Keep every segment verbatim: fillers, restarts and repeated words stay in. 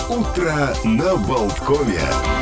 Утро на Болткове.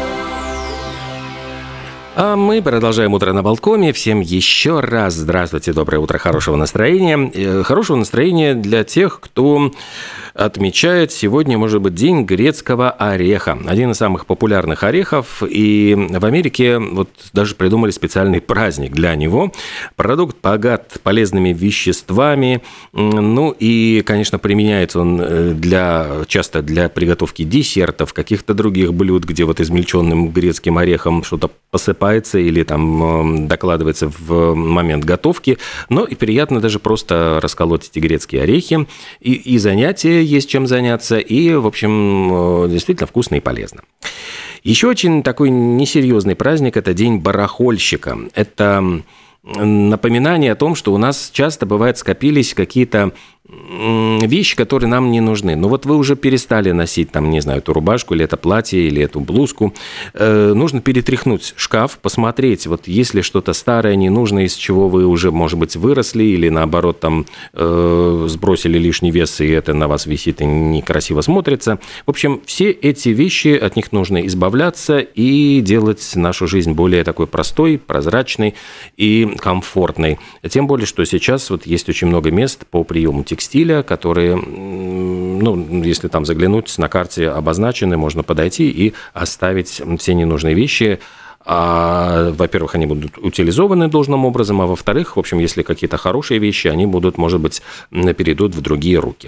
А мы продолжаем «Утро на Болткоме». Всем еще раз здравствуйте, доброе утро, хорошего настроения. Хорошего настроения для тех, кто отмечает сегодня, может быть, День грецкого ореха. Один из самых популярных орехов. И в Америке вот даже придумали специальный праздник для него. Продукт богат полезными веществами. Ну и, конечно, применяется он для, часто для приготовки десертов, каких-то других блюд, где вот измельченным грецким орехом что-то посыпается или там докладывается в момент готовки. Но и приятно даже просто расколоть эти грецкие орехи. И, и занятия есть чем заняться, и, в общем, действительно вкусно и полезно. Еще очень такой несерьезный праздник – это День барахольщика. Это напоминание о том, что у нас часто, бывает, скопились какие-то вещи, которые нам не нужны. Но вот вы уже перестали носить, там, не знаю, эту рубашку, или это платье, или эту блузку. Э, нужно перетряхнуть шкаф, посмотреть, вот есть ли что-то старое, ненужное, из чего вы уже, может быть, выросли, или, наоборот, там, э, сбросили лишний вес, и это на вас висит и некрасиво смотрится. В общем, все эти вещи, от них нужно избавляться и делать нашу жизнь более такой простой, прозрачной и комфортной. Тем более, что сейчас вот есть очень много мест по приему текстиля, которые, ну, если там заглянуть, на карте обозначены, можно подойти и оставить все ненужные вещи. А, во-первых, они будут утилизованы должным образом, а во-вторых, в общем, если какие-то хорошие вещи, они будут, может быть, перейдут в другие руки.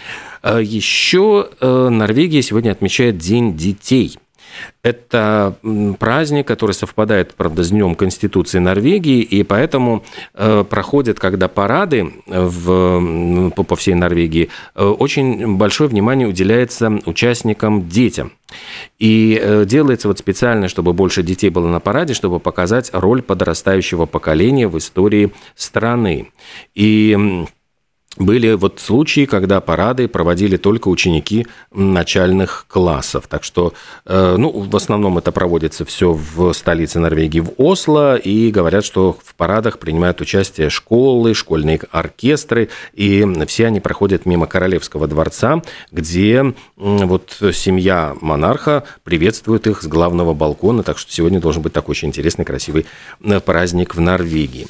Еще Норвегия сегодня отмечает День детей. Это праздник, который совпадает, правда, с Днем Конституции Норвегии, и поэтому э, проходят, когда парады в, по, по всей Норвегии, э, очень большое внимание уделяется участникам, детям. И э, делается вот специально, чтобы больше детей было на параде, чтобы показать роль подрастающего поколения в истории страны. И были вот случаи, когда парады проводили только ученики начальных классов. Так что, ну, в основном это проводится все в столице Норвегии, в Осло, и говорят, что в парадах принимают участие школы, школьные оркестры, и все они проходят мимо Королевского дворца, где вот семья монарха приветствует их с главного балкона. Так что сегодня должен быть такой очень интересный, красивый праздник в Норвегии.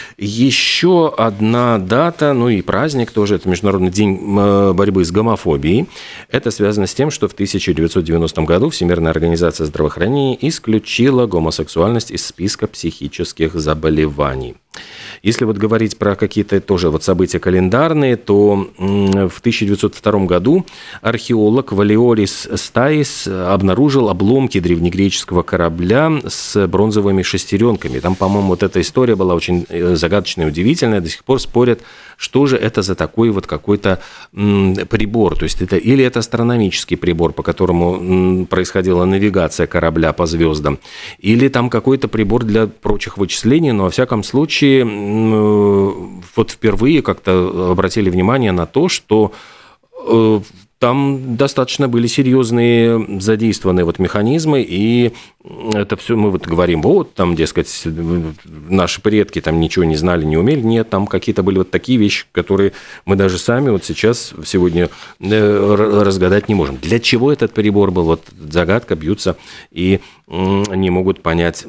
Еще одна дата, ну и праздник, тоже это Международный день борьбы с гомофобией. Это связано с тем, что в тысяча девятьсот девяностом году Всемирная организация здравоохранения исключила гомосексуальность из списка психических заболеваний. Если вот говорить про какие-то тоже вот события календарные, то в тысяча девятьсот втором году археолог Валиорис Стаис обнаружил обломки древнегреческого корабля с бронзовыми шестеренками. Там, по-моему, вот эта история была очень загадочная и удивительная. До сих пор спорят, что же это за такой вот какой-то прибор. То есть это или это астрономический прибор, по которому происходила навигация корабля по звездам, или там какой-то прибор для прочих вычислений, но во всяком случае вот впервые как-то обратили внимание на то, что там достаточно были серьезные задействованы вот механизмы, и это все мы вот говорим, вот там, дескать, наши предки там ничего не знали, не умели. Нет, там какие-то были вот такие вещи, которые мы даже сами вот сейчас, сегодня разгадать не можем. Для чего этот прибор был? Вот загадка, бьются и не могут понять,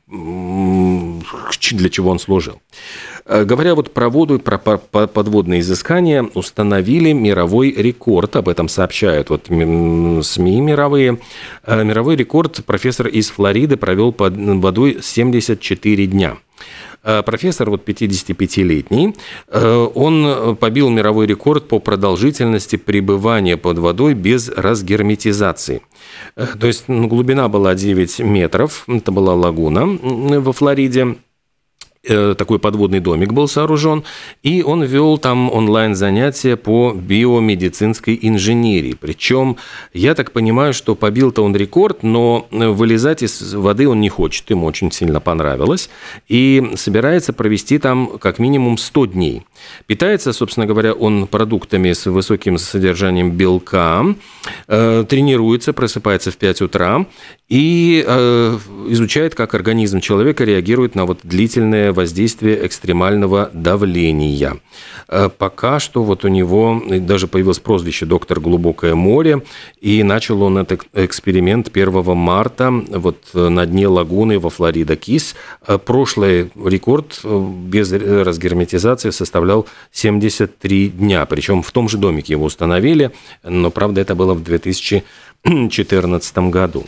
для чего он служил. Говоря вот про воду и про подводные изыскания, установили мировой рекорд. Об этом сообщают вот СМИ мировые. Мировой рекорд профессор из Флориды провел под водой семьдесят четыре дня. Профессор, вот пятидесятипятилетний, он побил мировой рекорд по продолжительности пребывания под водой без разгерметизации. То есть глубина была девять метров, это была лагуна во Флориде. Такой подводный домик был сооружен, и он вел там онлайн-занятия по биомедицинской инженерии. Причем, я так понимаю, что побил-то он рекорд, но вылезать из воды он не хочет, ему очень сильно понравилось, и собирается провести там как минимум сто дней. Питается, собственно говоря, он продуктами с высоким содержанием белка, тренируется, просыпается в пять утра, и э, изучает, как организм человека реагирует на вот длительное воздействие экстремального давления. Э, пока что вот у него даже появилось прозвище «Доктор Глубокое море», и начал он этот эксперимент первого марта вот на дне лагуны во Флорида-Кис. Прошлый рекорд без разгерметизации составлял семьдесят три дня, причем в том же домике его установили, но, правда, это было в две тысячи четырнадцатом году.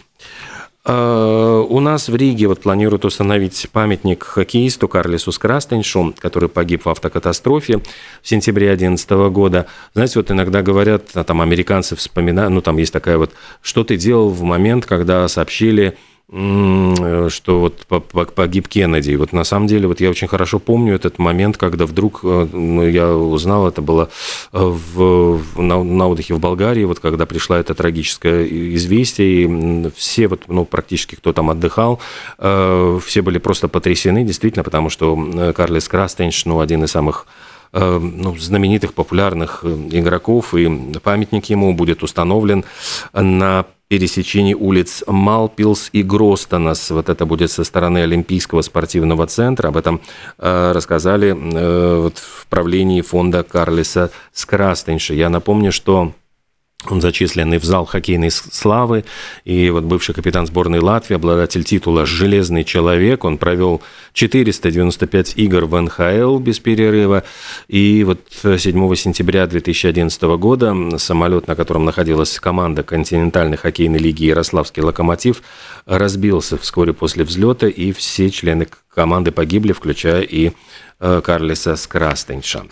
У нас в Риге вот планируют установить памятник хоккеисту Карлису Скрастеньшу, который погиб в автокатастрофе в сентябре две тысячи одиннадцатого года. Знаете, вот иногда говорят, там американцы вспоминают, ну там есть такая вот, что ты делал в момент, когда сообщили, что вот погиб Кеннеди. И вот на самом деле вот я очень хорошо помню этот момент, когда вдруг ну, я узнал, это было в, на, на отдыхе в Болгарии, вот когда пришло это трагическое известие, и все вот, ну, практически, кто там отдыхал, все были просто потрясены, действительно, потому что Карлис Скрастеньш, ну, один из самых ну, знаменитых, популярных игроков, и памятник ему будет установлен на пересечении улиц Малпилс и Гростанас. Вот это будет со стороны Олимпийского спортивного центра. Об этом э, рассказали э, вот, в правлении фонда Карлиса Скрастеньша. Я напомню, что он зачисленный в зал хоккейной славы, и вот бывший капитан сборной Латвии, обладатель титула «Железный человек», он провел четыреста девяносто пять игр в эн ха эл без перерыва, и вот седьмого сентября две тысячи одиннадцатого года самолет, на котором находилась команда континентальной хоккейной лиги «Ярославский Локомотив», разбился вскоре после взлета, и все члены команды погибли, включая и Карлиса Скрастеньша.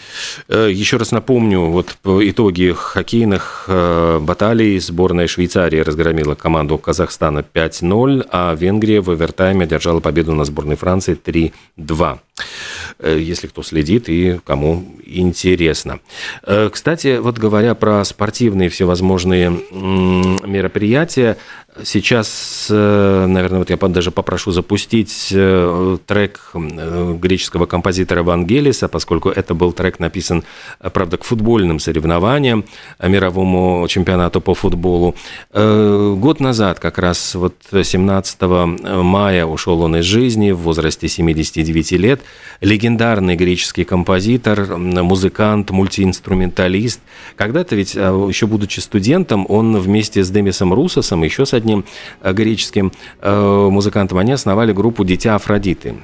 Еще раз напомню, вот по итоги хоккейных баталий сборная Швейцарии разгромила команду Казахстана пять ноль, а Венгрия в овертайме одержала победу на сборной Франции три два. Если кто следит и кому интересно. Кстати, вот говоря про спортивные всевозможные мероприятия, сейчас, наверное, вот я даже попрошу запустить трек греческого композитора Вангелиса, поскольку это был трек написан, правда, к футбольным соревнованиям, мировому чемпионату по футболу. Год назад, как раз вот семнадцатого мая, ушел он из жизни в возрасте семидесяти девяти лет. Легендарный греческий композитор, музыкант, мультиинструменталист. Когда-то ведь, еще будучи студентом, он вместе с Демисом Русосом, еще с одним греческим музыкантом, они основали группу «Дитя Афродиты».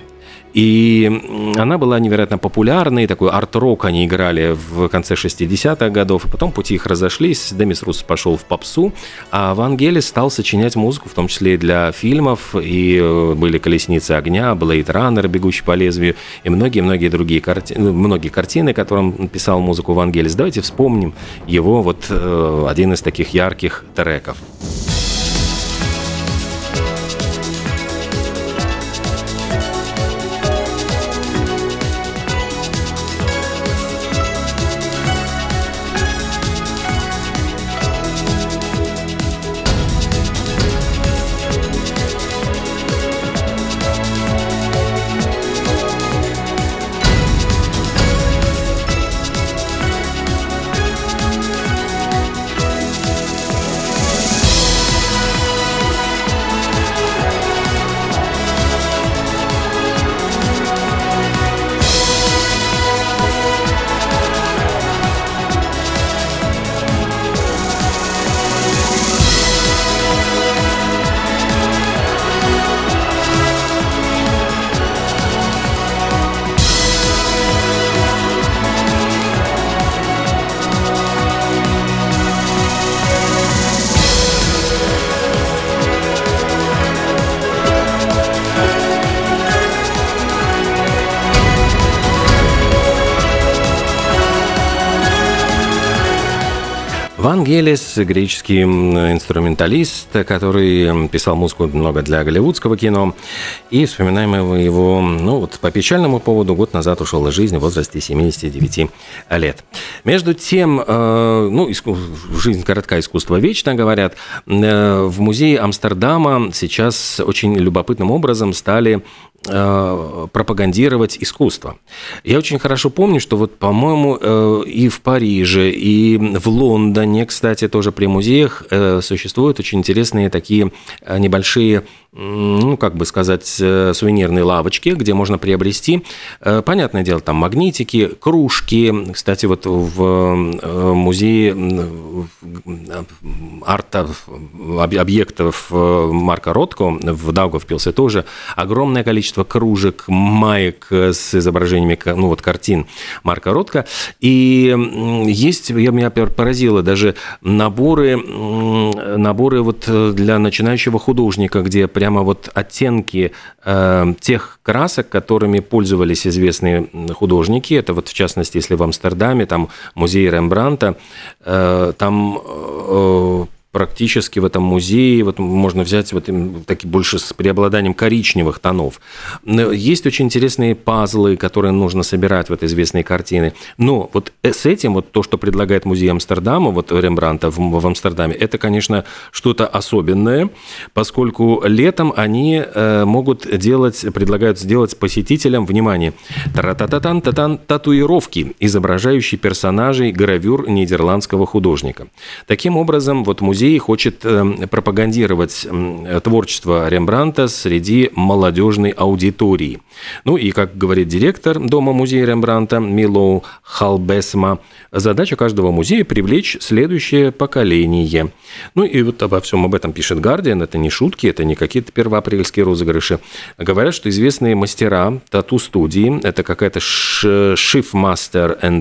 И она была невероятно популярной, такой арт-рок они играли в конце шестидесятых годов, и потом пути их разошлись, Демис Русос пошел в попсу, а Вангелис стал сочинять музыку, в том числе и для фильмов, и были «Колесницы огня», «Блейд Раннер», «Бегущий по лезвию», и многие-многие другие картины, многие картины, которым писал музыку Вангелис. Давайте вспомним его, вот один из таких ярких треков. Вангелис, греческий инструменталист, который писал музыку много для голливудского кино. И вспоминаем его, ну вот по печальному поводу, год назад ушел из жизни в возрасте семидесяти девяти лет. Между тем, ну, жизнь коротка, искусство вечно, говорят. В музее Амстердама сейчас очень любопытным образом стали пропагандировать искусство. Я очень хорошо помню, что вот, по-моему, и в Париже, и в Лондоне, кстати, тоже при музеях существуют очень интересные такие небольшие, ну, как бы сказать, сувенирные лавочки, где можно приобрести, понятное дело, там магнитики, кружки. Кстати, вот в музее арта объектов Марка Ротко в Даугавпилсе тоже огромное количество кружек, маек с изображениями, ну, вот, картин Марка Ротко. И есть, я, меня поразило, даже наборы, наборы вот для начинающего художника, где прямо вот оттенки э, тех красок, которыми пользовались известные художники. Это вот, в частности, если в Амстердаме, там музей Рембрандта, э, там э, практически в этом музее вот можно взять вот такие больше с преобладанием коричневых тонов. Есть очень интересные пазлы, которые нужно собирать, вот известные картины. Но вот с этим, вот то, что предлагает музей Амстердама, вот Рембрандта в, в Амстердаме, это, конечно, что-то особенное, поскольку летом они могут делать, предлагают сделать посетителям, внимание, тара-та-та-тан-та-тан, татуировки, изображающие персонажей гравюр нидерландского художника. Таким образом, вот музей Музей хочет пропагандировать творчество Рембрандта среди молодежной аудитории. Ну и, как говорит директор Дома-музея Рембрандта Милоу Халбесма, задача каждого музея – привлечь следующее поколение. Ну и вот обо всем об этом пишет Guardian, это не шутки, это не какие-то первоапрельские розыгрыши. Говорят, что известные мастера тату-студии, это какая-то Schiffmaster and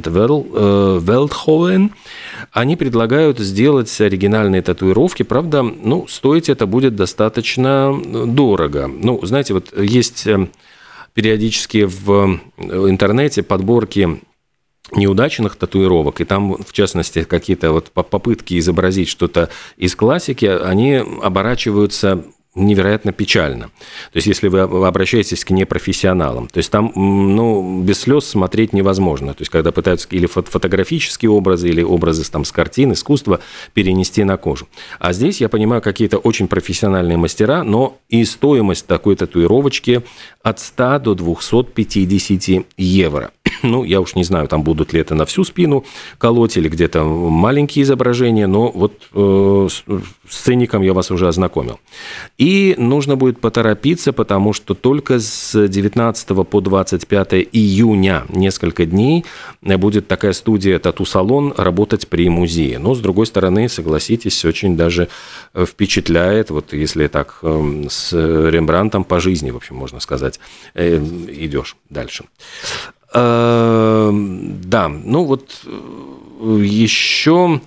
Welthoven, они предлагают сделать оригинальные татуировки, правда, ну, стоить это будет достаточно дорого. Ну, знаете, вот есть периодически в интернете подборки неудачных татуировок, и там, в частности, какие-то вот попытки изобразить что-то из классики, они оборачиваются невероятно печально. То есть, если вы обращаетесь к непрофессионалам, то есть там, ну, без слез смотреть невозможно. То есть, когда пытаются или фотографические образы, или образы там, с картин, искусства перенести на кожу. А здесь, я понимаю, какие-то очень профессиональные мастера, но и стоимость такой татуировочки от ста до двухсот пятидесяти евро. Ну, я уж не знаю, там будут ли это на всю спину колоть или где-то маленькие изображения, но вот э, с, с ценником я вас уже ознакомил. И нужно будет поторопиться, потому что только с девятнадцатого по двадцать пятое июня, несколько дней, будет такая студия «Тату-салон» работать при музее. Но, с другой стороны, согласитесь, очень даже впечатляет, вот если так с Рембрандтом по жизни, в общем, можно сказать, идешь дальше. Да, ну вот еще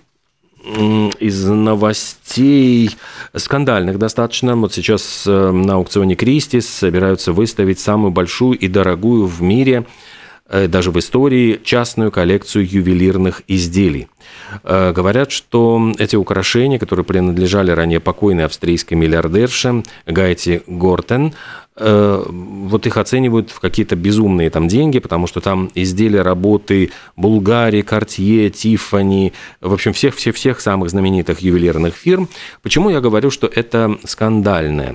из новостей скандальных достаточно. Вот сейчас на аукционе Кристис собираются выставить самую большую и дорогую в мире, даже в истории, частную коллекцию ювелирных изделий. Говорят, что эти украшения, которые принадлежали ранее покойной австрийской миллиардерше Гайте Гортен, вот их оценивают в какие-то безумные там деньги, потому что там изделия работы Булгари, Картье, Тиффани, в общем, всех-всех-всех самых знаменитых ювелирных фирм. Почему я говорю, что это скандальное?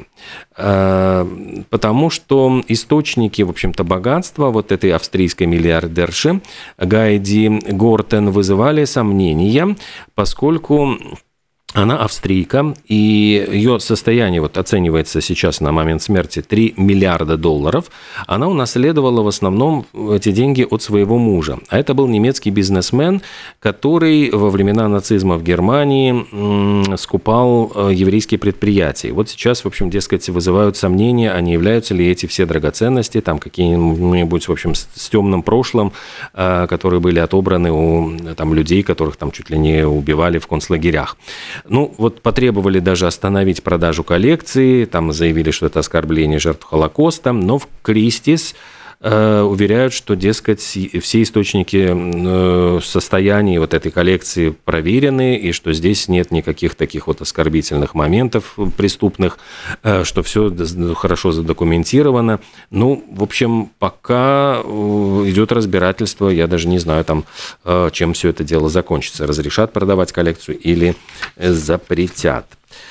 Потому что источники, в общем-то, богатства вот этой австрийской миллиардерши Гайди Гортен вызывали сомнения, поскольку она австрийка, и ее состояние вот оценивается сейчас на момент смерти три миллиарда долларов. Она унаследовала в основном эти деньги от своего мужа. А это был немецкий бизнесмен, который во времена нацизма в Германии скупал еврейские предприятия. Вот сейчас, в общем, дескать, вызывают сомнения, а не являются ли эти все драгоценности, там какие-нибудь, в общем, с темным прошлым, которые были отобраны у там, людей, которых там чуть ли не убивали в концлагерях. Ну, вот потребовали даже остановить продажу коллекции, там заявили, что это оскорбление жертв Холокоста, но в Кристис э, уверяют, что, дескать, все источники э, состояния вот этой коллекции проверены, и что здесь нет никаких таких вот оскорбительных моментов преступных, э, что все хорошо задокументировано. Ну, в общем, пока идет разбирательство, я даже не знаю, там, э, чем все это дело закончится. Разрешат продавать коллекцию или запретят.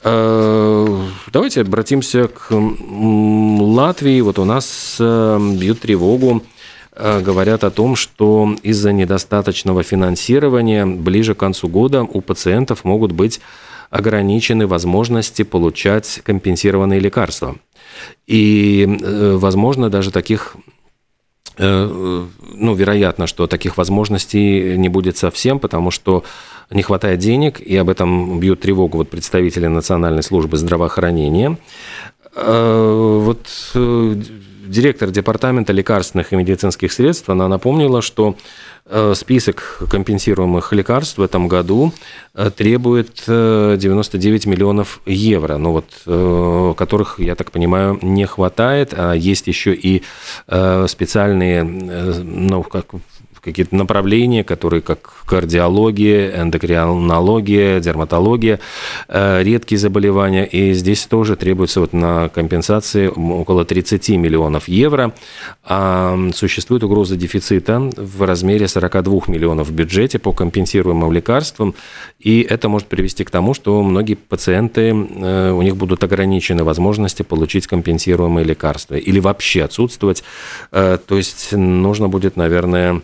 Давайте обратимся к Латвии. Вот у нас бьют тревогу, говорят о том, что из-за недостаточного финансирования ближе к концу года у пациентов могут быть ограничены возможности получать компенсированные лекарства. И, возможно, даже таких, ну, вероятно, что таких возможностей не будет совсем, потому что не хватает денег, и об этом бьют тревогу вот представители Национальной службы здравоохранения. Вот директор департамента лекарственных и медицинских средств, она напомнила, что список компенсируемых лекарств в этом году требует девяносто девять миллионов евро, ну вот, которых, я так понимаю, не хватает, а есть еще и специальные, ну, как какие-то направления, которые как кардиология, эндокринология, дерматология, редкие заболевания. И здесь тоже требуется вот на компенсации около тридцать миллионов евро. А существует угроза дефицита в размере сорок два миллионов в бюджете по компенсируемым лекарствам. И это может привести к тому, что многие пациенты, у них будут ограничены возможности получить компенсируемые лекарства или вообще отсутствовать. То есть нужно будет, наверное,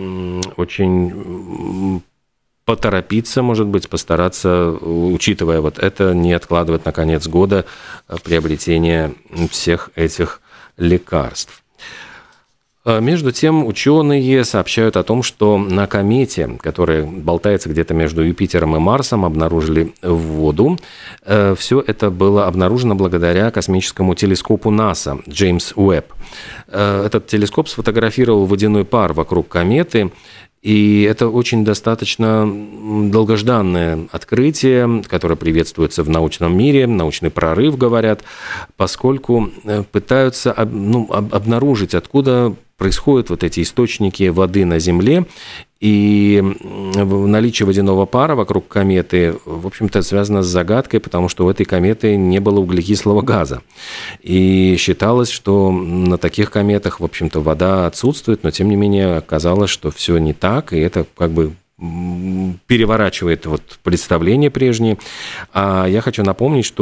очень поторопиться, может быть, постараться, учитывая вот это, не откладывать на конец года приобретение всех этих лекарств. Между тем, ученые сообщают о том, что на комете, которая болтается где-то между Юпитером и Марсом, обнаружили воду. Все это было обнаружено благодаря космическому телескопу НАСА Джеймс Уэбб. Этот телескоп сфотографировал водяной пар вокруг кометы, и это очень достаточно долгожданное открытие, которое приветствуется в научном мире, научный прорыв, говорят, поскольку пытаются ну, обнаружить, откуда происходят вот эти источники воды на Земле, и наличие водяного пара вокруг кометы, в общем-то, связано с загадкой, потому что у этой кометы не было углекислого газа. И считалось, что на таких кометах, в общем-то, вода отсутствует, но, тем не менее, оказалось, что все не так, и это как бы переворачивает вот представление прежнее. А я хочу напомнить, что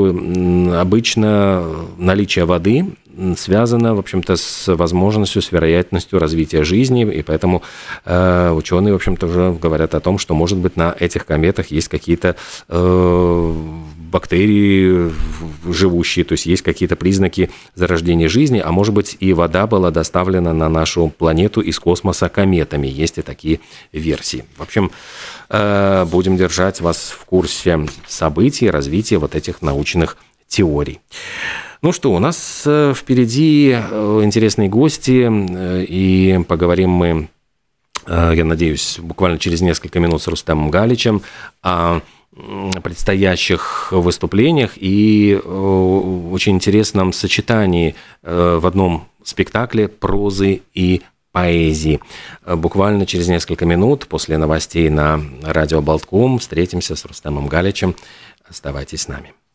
обычно наличие воды связано, в общем-то, с возможностью, с вероятностью развития жизни, и поэтому э, ученые, в общем-то, уже говорят о том, что, может быть, на этих кометах есть какие-то э, бактерии живущие, то есть есть какие-то признаки зарождения жизни, а может быть, и вода была доставлена на нашу планету из космоса кометами. Есть и такие версии. В общем, э, будем держать вас в курсе событий, развития вот этих научных теорий. Ну что, у нас впереди интересные гости, и поговорим мы, я надеюсь, буквально через несколько минут с Рустемом Галичем о предстоящих выступлениях и очень интересном сочетании в одном спектакле прозы и поэзии. Буквально через несколько минут после новостей на радио Болтком встретимся с Рустемом Галичем. Оставайтесь с нами.